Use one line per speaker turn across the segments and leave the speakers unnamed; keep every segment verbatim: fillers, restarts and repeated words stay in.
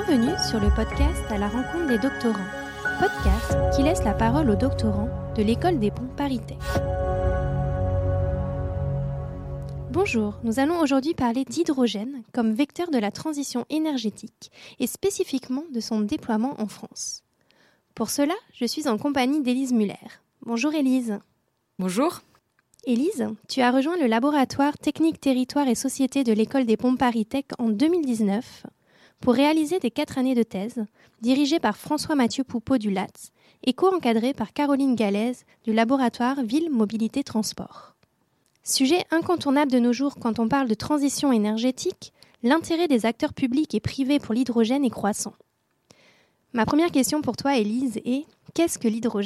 Bienvenue sur le podcast à la rencontre des doctorants, podcast qui laisse la parole aux doctorants de l'École des Ponts Paris-Tech. Bonjour, nous allons aujourd'hui parler d'hydrogène comme vecteur de la transition énergétique et spécifiquement de son déploiement en France. Pour cela, je suis en compagnie d'Élise Muller. Bonjour Élise.
Bonjour.
Élise, tu as rejoint le laboratoire Technique, Territoire et Société de l'École des Ponts Paris-Tech en deux mille dix-neuf pour réaliser des quatre années de thèse dirigées par François-Mathieu Poupeau du L A T S et co-encadrées par Caroline Galaise du laboratoire Ville Mobilité Transport. Sujet incontournable de nos jours quand on parle de transition énergétique, l'intérêt des acteurs publics et privés pour l'hydrogène est croissant. Ma première question pour toi, Élise, est « Qu'est-ce que l'hydrogène ?»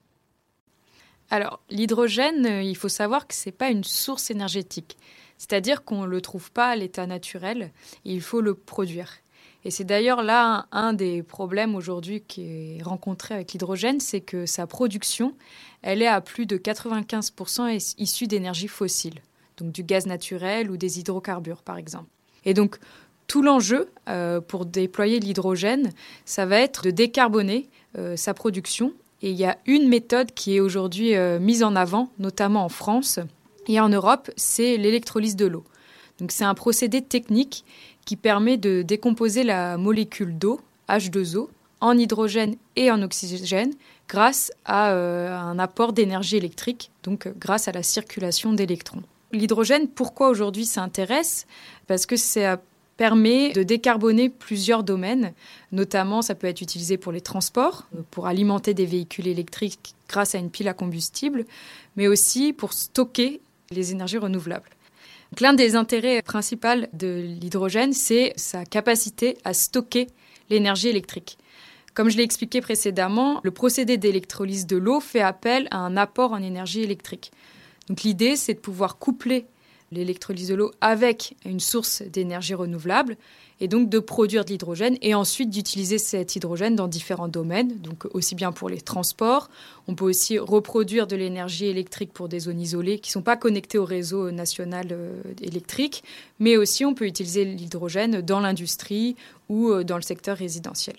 Alors, l'hydrogène, il faut savoir que ce n'est pas une source énergétique. C'est-à-dire qu'on ne le trouve pas à l'état naturel et il faut le produire. Et c'est d'ailleurs là un, un des problèmes aujourd'hui qui est rencontré avec l'hydrogène, c'est que sa production, elle est à plus de quatre-vingt-quinze pour cent issue d'énergie fossile, donc du gaz naturel ou des hydrocarbures par exemple. Et donc, tout l'enjeu euh, pour déployer l'hydrogène, ça va être de décarboner euh, sa production. Et il y a une méthode qui est aujourd'hui euh, mise en avant, notamment en France et en Europe, c'est l'électrolyse de l'eau. Donc c'est un procédé technique qui permet de décomposer la molécule d'eau, H deux O, en hydrogène et en oxygène grâce à euh, un apport d'énergie électrique, donc euh, grâce à la circulation d'électrons. L'hydrogène, pourquoi aujourd'hui ça intéresse ? Parce que ça permet de décarboner plusieurs domaines. Notamment, ça peut être utilisé pour les transports, pour alimenter des véhicules électriques grâce à une pile à combustible, mais aussi pour stocker les énergies renouvelables. Donc, l'un des intérêts principaux de l'hydrogène, c'est sa capacité à stocker l'énergie électrique. Comme je l'ai expliqué précédemment, le procédé d'électrolyse de l'eau fait appel à un apport en énergie électrique. Donc, l'idée, c'est de pouvoir coupler l'électrolyse de l'eau avec une source d'énergie renouvelable et donc de produire de l'hydrogène et ensuite d'utiliser cet hydrogène dans différents domaines, donc aussi bien pour les transports. On peut aussi reproduire de l'énergie électrique pour des zones isolées qui ne sont pas connectées au réseau national euh, électrique, mais aussi on peut utiliser l'hydrogène dans l'industrie ou euh, dans le secteur résidentiel.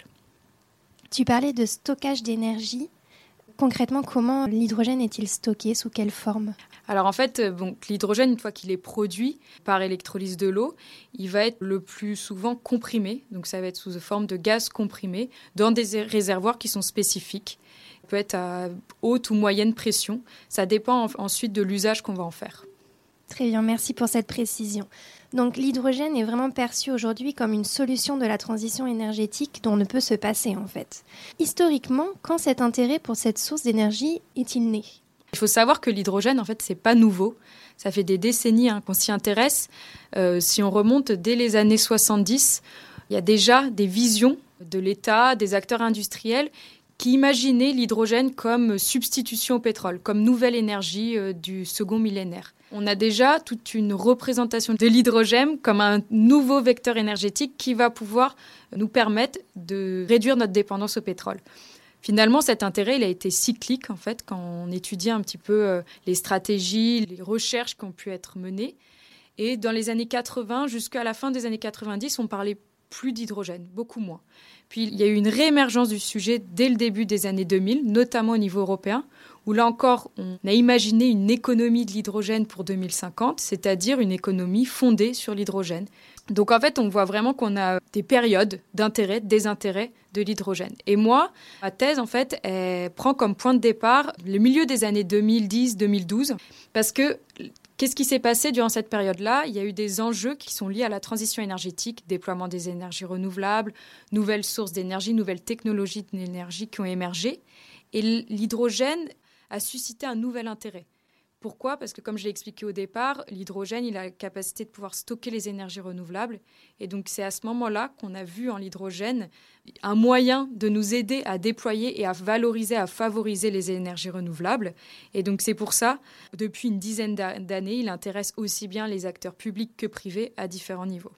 Tu parlais de stockage d'énergie. Concrètement, comment l'hydrogène est-il stocké ? Sous quelle forme ?
Alors en fait, bon, l'hydrogène, une fois qu'il est produit par électrolyse de l'eau, il va être le plus souvent comprimé. Donc ça va être sous forme de gaz comprimé dans des réservoirs qui sont spécifiques. Il peut être à haute ou moyenne pression. Ça dépend ensuite de l'usage qu'on va en faire.
Très bien, merci pour cette précision. Donc l'hydrogène est vraiment perçu aujourd'hui comme une solution de la transition énergétique dont on ne peut se passer en fait. Historiquement, quand cet intérêt pour cette source d'énergie est-il né ?
Il faut savoir que l'hydrogène, en fait, c'est pas nouveau. Ça fait des décennies hein, qu'on s'y intéresse. Euh, si on remonte dès les années soixante-dix, il y a déjà des visions de l'État, des acteurs industriels qui imaginaient l'hydrogène comme substitution au pétrole, comme nouvelle énergie euh, du second millénaire. On a déjà toute une représentation de l'hydrogène comme un nouveau vecteur énergétique qui va pouvoir nous permettre de réduire notre dépendance au pétrole. Finalement, cet intérêt, il a été cyclique, en fait, quand on étudie un petit peu euh, les stratégies, les recherches qui ont pu être menées. Et dans les années quatre-vingts, jusqu'à la fin des années quatre-vingt-dix, on parlait plus d'hydrogène, beaucoup moins. Puis, il y a eu une réémergence du sujet dès le début des années deux mille, notamment au niveau européen, où là encore, on a imaginé une économie de l'hydrogène pour deux mille cinquante, c'est-à-dire une économie fondée sur l'hydrogène. Donc en fait, on voit vraiment qu'on a des périodes d'intérêt, de désintérêt de l'hydrogène. Et moi, ma thèse, en fait, elle prend comme point de départ le milieu des années deux mille dix deux mille douze, parce que qu'est-ce qui s'est passé durant cette période-là ? Il y a eu des enjeux qui sont liés à la transition énergétique, déploiement des énergies renouvelables, nouvelles sources d'énergie, nouvelles technologies d'énergie qui ont émergé. Et l'hydrogène a suscité un nouvel intérêt. Pourquoi ? Parce que, comme je l'ai expliqué au départ, l'hydrogène, il a la capacité de pouvoir stocker les énergies renouvelables. Et donc, c'est à ce moment-là qu'on a vu en l'hydrogène un moyen de nous aider à déployer et à valoriser, à favoriser les énergies renouvelables. Et donc, c'est pour ça, depuis une dizaine d'années, il intéresse aussi bien les acteurs publics que privés à différents niveaux.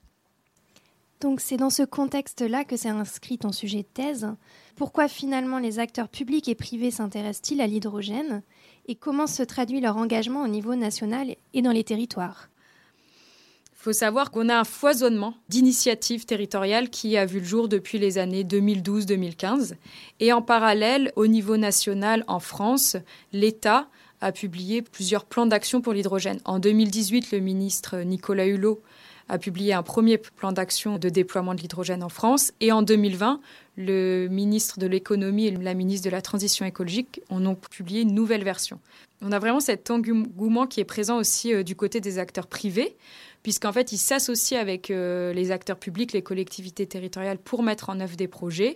Donc, c'est dans ce contexte-là que s'est inscrit ton sujet de thèse. Pourquoi finalement les acteurs publics et privés s'intéressent-ils à l'hydrogène ? Et comment se traduit leur engagement au niveau national et dans les territoires ?
Il Il faut savoir qu'on a un foisonnement d'initiatives territoriales qui a vu le jour depuis les années deux mille douze deux mille quinze. Et en parallèle, au niveau national, en France, l'État a publié plusieurs plans d'action pour l'hydrogène. En deux mille dix-huit, le ministre Nicolas Hulot a publié un premier plan d'action de déploiement de l'hydrogène en France. Et en deux mille vingt, le ministre de l'économie et la ministre de la transition écologique en ont publié une nouvelle version. On a vraiment cet engouement qui est présent aussi euh, du côté des acteurs privés, puisqu'en fait, ils s'associent avec euh, les acteurs publics, les collectivités territoriales pour mettre en œuvre des projets.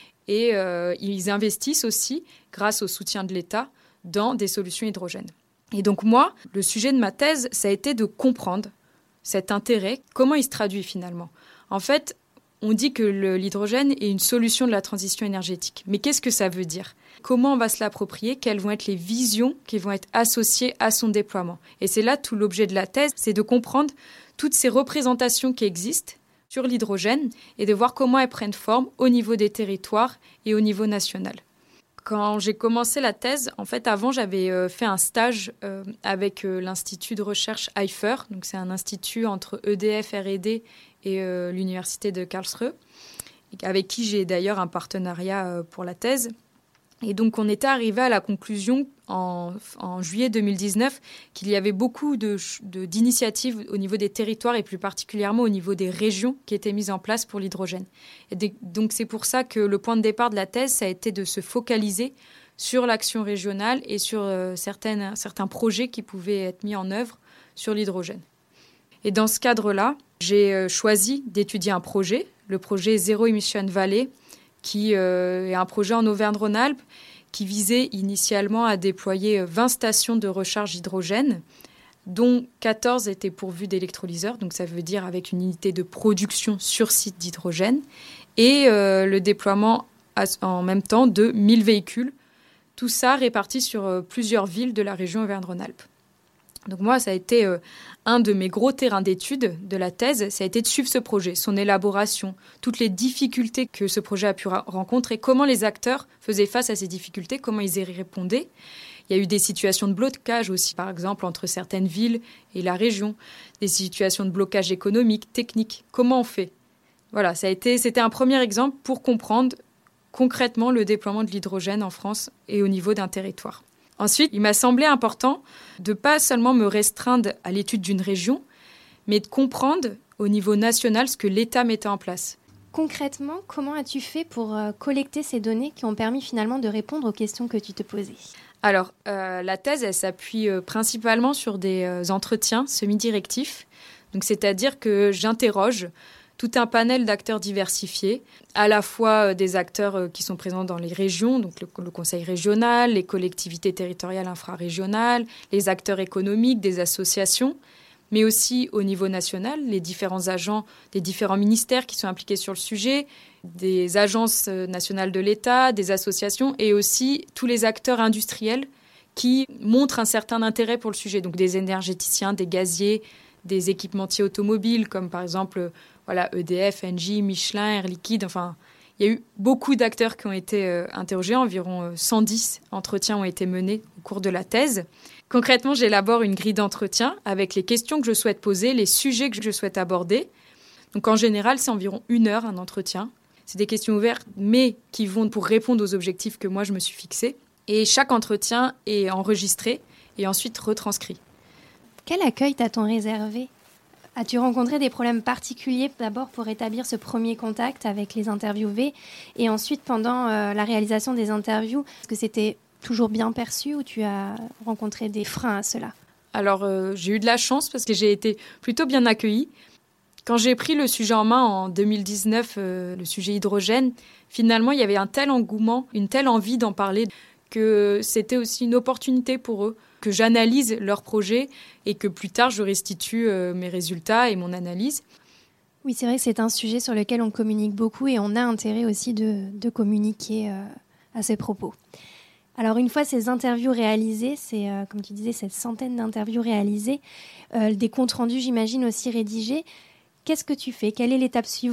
Et euh, ils investissent aussi, grâce au soutien de l'État, dans des solutions hydrogènes. Et donc moi, le sujet de ma thèse, ça a été de comprendre cet intérêt, comment il se traduit finalement. En fait, on dit que le, l'hydrogène est une solution de la transition énergétique. Mais qu'est-ce que ça veut dire ? Comment on va se l'approprier ? Quelles vont être les visions qui vont être associées à son déploiement ? Et c'est là tout l'objet de la thèse, c'est de comprendre toutes ces représentations qui existent sur l'hydrogène et de voir comment elles prennent forme au niveau des territoires et au niveau national. Quand j'ai commencé la thèse, en fait, avant, j'avais euh, fait un stage euh, avec euh, l'Institut de recherche I F E R. Donc, c'est un institut entre E D F, R et D et euh, l'Université de Karlsruhe, avec qui j'ai d'ailleurs un partenariat euh, pour la thèse. Et donc, on était arrivé à la conclusion en, en juillet deux mille dix-neuf qu'il y avait beaucoup de, de, d'initiatives au niveau des territoires et plus particulièrement au niveau des régions qui étaient mises en place pour l'hydrogène. Et de, donc, c'est pour ça que le point de départ de la thèse, ça a été de se focaliser sur l'action régionale et sur euh, certaines, certains projets qui pouvaient être mis en œuvre sur l'hydrogène. Et dans ce cadre-là, j'ai euh, choisi d'étudier un projet, le projet Zero Emission Valley, qui euh, est un projet en Auvergne-Rhône-Alpes qui visait initialement à déployer vingt stations de recharge d'hydrogène, dont quatorze étaient pourvues d'électrolyseurs, donc ça veut dire avec une unité de production sur site d'hydrogène, et euh, le déploiement en même temps de mille véhicules, tout ça réparti sur euh, plusieurs villes de la région Auvergne-Rhône-Alpes. Donc moi, ça a été euh, un de mes gros terrains d'études de la thèse, ça a été de suivre ce projet, son élaboration, toutes les difficultés que ce projet a pu ra- rencontrer, comment les acteurs faisaient face à ces difficultés, comment ils y répondaient. Il y a eu des situations de blocage aussi, par exemple, entre certaines villes et la région, des situations de blocage économique, technique. Comment on fait ? Voilà, ça a été, c'était un premier exemple pour comprendre concrètement le déploiement de l'hydrogène en France et au niveau d'un territoire. Ensuite, il m'a semblé important de ne pas seulement me restreindre à l'étude d'une région, mais de comprendre au niveau national ce que l'État mettait en place.
Concrètement, comment as-tu fait pour euh, collecter ces données qui ont permis finalement de répondre aux questions que tu te posais ?
Alors, euh, la thèse, elle s'appuie euh, principalement sur des euh, entretiens semi-directifs. Donc, c'est-à-dire que j'interroge tout un panel d'acteurs diversifiés, à la fois des acteurs qui sont présents dans les régions, donc le, le conseil régional, les collectivités territoriales infrarégionales, les acteurs économiques, des associations, mais aussi au niveau national, les différents agents des différents ministères qui sont impliqués sur le sujet, des agences nationales de l'État, des associations et aussi tous les acteurs industriels qui montrent un certain intérêt pour le sujet, donc des énergéticiens, des gaziers, des équipementiers automobiles comme par exemple voilà, E D F, Engie, Michelin, Air Liquide, enfin, il y a eu beaucoup d'acteurs qui ont été euh, interrogés, environ euh, cent dix entretiens ont été menés au cours de la thèse. Concrètement, j'élabore une grille d'entretien avec les questions que je souhaite poser, les sujets que je souhaite aborder. Donc en général, c'est environ une heure un entretien. C'est des questions ouvertes, mais qui vont pour répondre aux objectifs que moi je me suis fixés. Et chaque entretien est enregistré et ensuite retranscrit.
Quel accueil t'a-t-on réservé ? As-tu rencontré des problèmes particuliers d'abord pour établir ce premier contact avec les interviewés et ensuite pendant euh, la réalisation des interviews, est-ce que c'était toujours bien perçu ou tu as rencontré des freins à cela ?
Alors euh, j'ai eu de la chance parce que j'ai été plutôt bien accueillie. Quand j'ai pris le sujet en main en deux mille dix-neuf, euh, le sujet hydrogène, finalement il y avait un tel engouement, une telle envie d'en parler que c'était aussi une opportunité pour eux, que j'analyse leur projet et que plus tard, je restitue euh, mes résultats et mon analyse.
Oui, c'est vrai que c'est un sujet sur lequel on communique beaucoup et on a intérêt aussi de, de communiquer euh, à ces propos. Alors, une fois ces interviews réalisées, c'est, euh, comme tu disais, cette centaine d'interviews réalisées, euh, des comptes rendus, j'imagine, aussi rédigés. Qu'est-ce que tu fais ? Quelle est l'étape suivante ?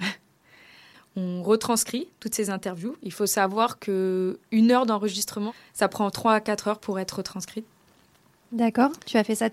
On retranscrit toutes ces interviews. Il faut savoir qu'une heure d'enregistrement, ça prend trois à quatre heures pour être retranscrite.
D'accord. Tu as fait ça toute seule ?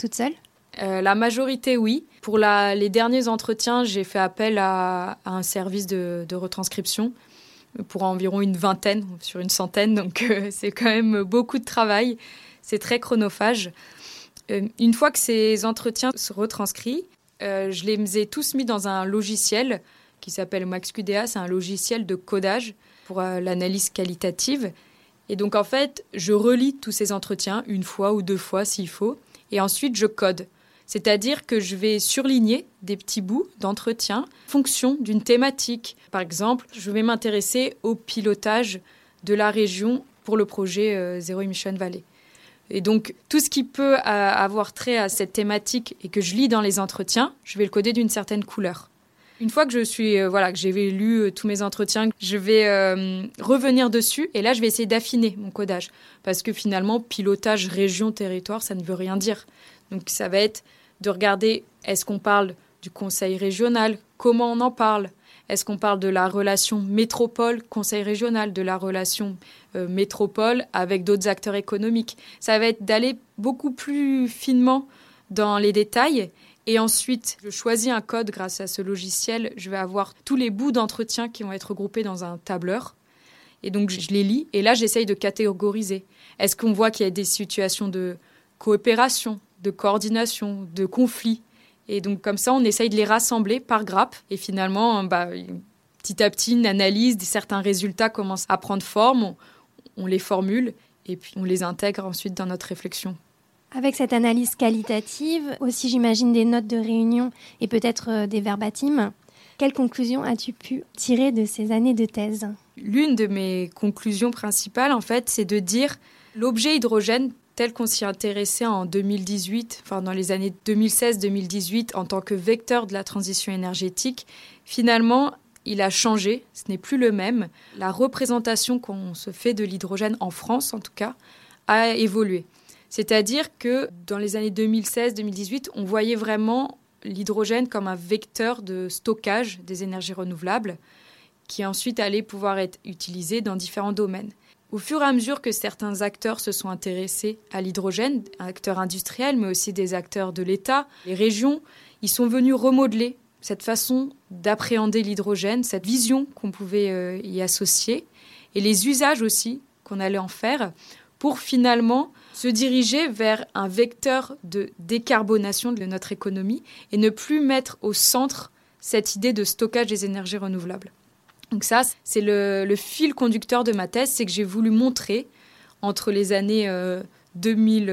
Euh, la majorité, oui. Pour la, les derniers entretiens, j'ai fait appel à, à un service de, de retranscription pour environ une vingtaine, sur une centaine. Donc, euh, c'est quand même beaucoup de travail. C'est très chronophage. Euh, une fois que ces entretiens sont retranscrits, euh, je les ai tous mis dans un logiciel qui s'appelle MaxQDA. C'est un logiciel de codage pour euh, l'analyse qualitative. Et donc, en fait, je relis tous ces entretiens une fois ou deux fois s'il faut. Et ensuite, je code. C'est-à-dire que je vais surligner des petits bouts d'entretien en fonction d'une thématique. Par exemple, je vais m'intéresser au pilotage de la région pour le projet euh, Zero Emission Valley. Et donc, tout ce qui peut euh, avoir trait à cette thématique et que je lis dans les entretiens, je vais le coder d'une certaine couleur. Une fois que je suis, euh, voilà, que j'ai lu euh, tous mes entretiens, je vais euh, revenir dessus et là, je vais essayer d'affiner mon codage. Parce que finalement, pilotage région-territoire, ça ne veut rien dire. Donc, ça va être de regarder, est-ce qu'on parle du conseil régional? Comment on en parle? Est-ce qu'on parle de la relation métropole-conseil régional, de la relation euh, métropole avec d'autres acteurs économiques? Ça va être d'aller beaucoup plus finement dans les détails. Et ensuite, je choisis un code grâce à ce logiciel. Je vais avoir tous les bouts d'entretien qui vont être regroupés dans un tableur. Et donc, je les lis. Et là, j'essaye de catégoriser. Est-ce qu'on voit qu'il y a des situations de coopération, de coordination, de conflit? Et donc, comme ça, on essaye de les rassembler par grappe. Et finalement, bah, petit à petit, une analyse, certains résultats commencent à prendre forme. On, on les formule et puis on les intègre ensuite dans notre réflexion.
Avec cette analyse qualitative, aussi j'imagine des notes de réunion et peut-être euh, des verbatims, quelles conclusions as-tu pu tirer de ces années de thèse?
L'une de mes conclusions principales, en fait, c'est de dire l'objet hydrogène tel qu'on s'y intéressait en deux mille dix-huit, enfin dans les années deux mille seize deux mille dix-huit, en tant que vecteur de la transition énergétique, finalement, il a changé, ce n'est plus le même. La représentation qu'on se fait de l'hydrogène, en France en tout cas, a évolué. C'est-à-dire que dans les années deux mille seize deux mille dix-huit, on voyait vraiment l'hydrogène comme un vecteur de stockage des énergies renouvelables qui ensuite allait pouvoir être utilisé dans différents domaines. Au fur et à mesure que certains acteurs se sont intéressés à l'hydrogène, acteurs industriels, mais aussi des acteurs de l'État, les régions, ils sont venus remodeler cette façon d'appréhender l'hydrogène, cette vision qu'on pouvait euh, y associer, et les usages aussi qu'on allait en faire pour finalement se diriger vers un vecteur de décarbonation de notre économie et ne plus mettre au centre cette idée de stockage des énergies renouvelables. Donc ça, c'est le, le fil conducteur de ma thèse, c'est que j'ai voulu montrer entre les années euh, deux mille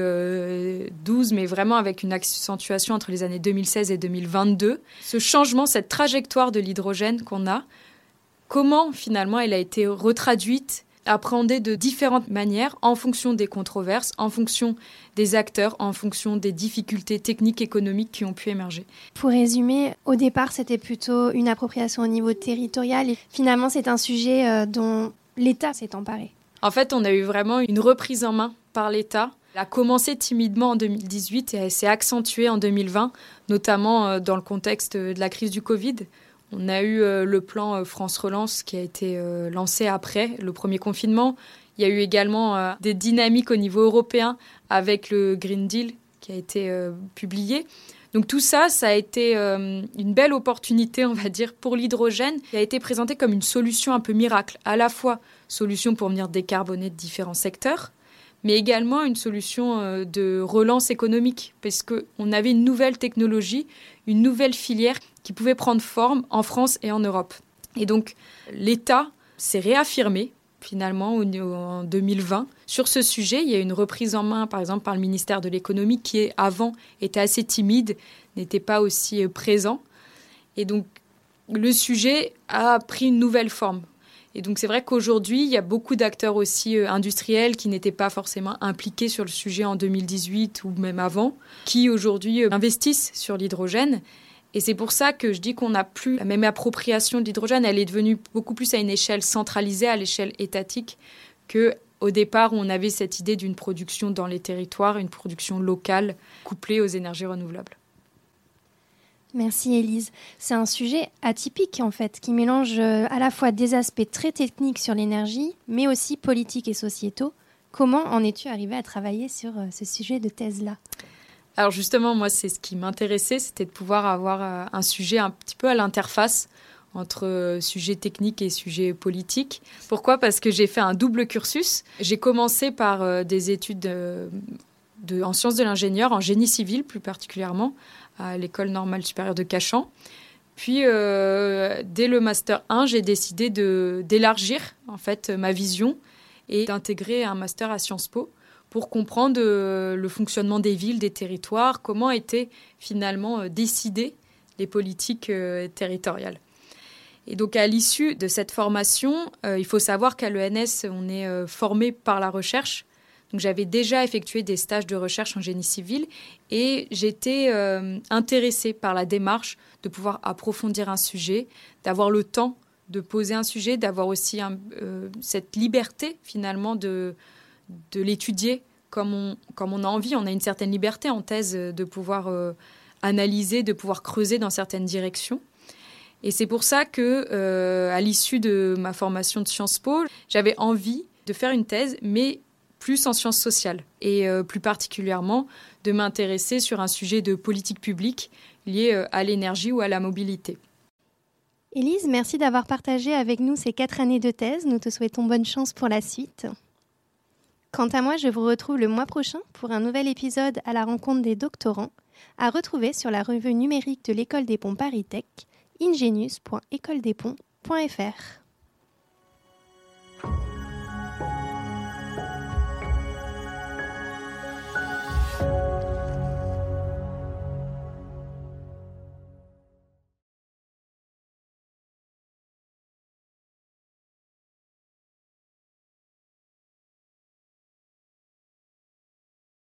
douze, mais vraiment avec une accentuation entre les années deux mille seize et deux mille vingt-deux, ce changement, cette trajectoire de l'hydrogène qu'on a, comment finalement elle a été retraduite, appréhendée de différentes manières en fonction des controverses, en fonction des acteurs, en fonction des difficultés techniques, économiques qui ont pu émerger.
Pour résumer, au départ, c'était plutôt une appropriation au niveau territorial et finalement, c'est un sujet euh, dont l'État s'est emparé.
En fait, on a eu vraiment une reprise en main par l'État. Elle a commencé timidement en deux mille dix-huit et elle s'est accentuée en deux mille vingt, notamment euh, dans le contexte de la crise du Covid. On a eu euh, le plan euh, France Relance qui a été euh, lancé après le premier confinement. Il y a eu également euh, des dynamiques au niveau européen avec le Green Deal qui a été euh, publié. Donc tout ça, ça a été euh, une belle opportunité, on va dire, pour l'hydrogène qui a été présenté comme une solution un peu miracle. À la fois solution pour venir décarboner de différents secteurs, mais également une solution euh, de relance économique parce qu'on avait une nouvelle technologie, une nouvelle filière qui pouvait prendre forme en France et en Europe. Et donc, l'État s'est réaffirmé, finalement, en deux mille vingt. Sur ce sujet, il y a une reprise en main, par exemple, par le ministère de l'Économie, qui, avant, était assez timide, n'était pas aussi présent. Et donc, le sujet a pris une nouvelle forme. Et donc, c'est vrai qu'aujourd'hui, il y a beaucoup d'acteurs aussi euh, industriels qui n'étaient pas forcément impliqués sur le sujet en deux mille dix-huit ou même avant, qui aujourd'hui euh, investissent sur l'hydrogène. Et c'est pour ça que je dis qu'on n'a plus la même appropriation de l'hydrogène. Elle est devenue beaucoup plus à une échelle centralisée, à l'échelle étatique, qu'au départ où on avait cette idée d'une production dans les territoires, une production locale couplée aux énergies renouvelables.
Merci Élise. C'est un sujet atypique en fait, qui mélange à la fois des aspects très techniques sur l'énergie, mais aussi politiques et sociétaux. Comment en es-tu arrivée à travailler sur ce sujet de thèse-là ?
Alors justement, moi, c'est ce qui m'intéressait, c'était de pouvoir avoir un sujet un petit peu à l'interface entre sujets techniques et sujets politiques. Pourquoi ? Parce que j'ai fait un double cursus. J'ai commencé par des études de, de, en sciences de l'ingénieur, en génie civil plus particulièrement, à l'École normale supérieure de Cachan. Puis, euh, dès le Master un, j'ai décidé de, d'élargir en fait, ma vision et d'intégrer un Master à Sciences Po pour comprendre euh, le fonctionnement des villes, des territoires, comment étaient finalement euh, décidées les politiques euh, territoriales. Et donc, à l'issue de cette formation, euh, il faut savoir qu'à l'E N S, on est euh, formé par la recherche. Donc, j'avais déjà effectué des stages de recherche en génie civil et j'étais euh, intéressée par la démarche de pouvoir approfondir un sujet, d'avoir le temps de poser un sujet, d'avoir aussi un, euh, cette liberté finalement de, de l'étudier comme on, comme on a envie. On a une certaine liberté en thèse de pouvoir euh, analyser, de pouvoir creuser dans certaines directions. Et c'est pour ça que, euh, à l'issue de ma formation de Sciences Po, j'avais envie de faire une thèse, mais plus en sciences sociales et euh, plus particulièrement de m'intéresser sur un sujet de politique publique lié euh, à l'énergie ou à la mobilité.
Élise, merci d'avoir partagé avec nous ces quatre années de thèse. Nous te souhaitons bonne chance pour la suite. Quant à moi, je vous retrouve le mois prochain pour un nouvel épisode à la rencontre des doctorants, à retrouver sur la revue numérique de l'École des Ponts Paris Tech, ingenius point école des ponts point f r.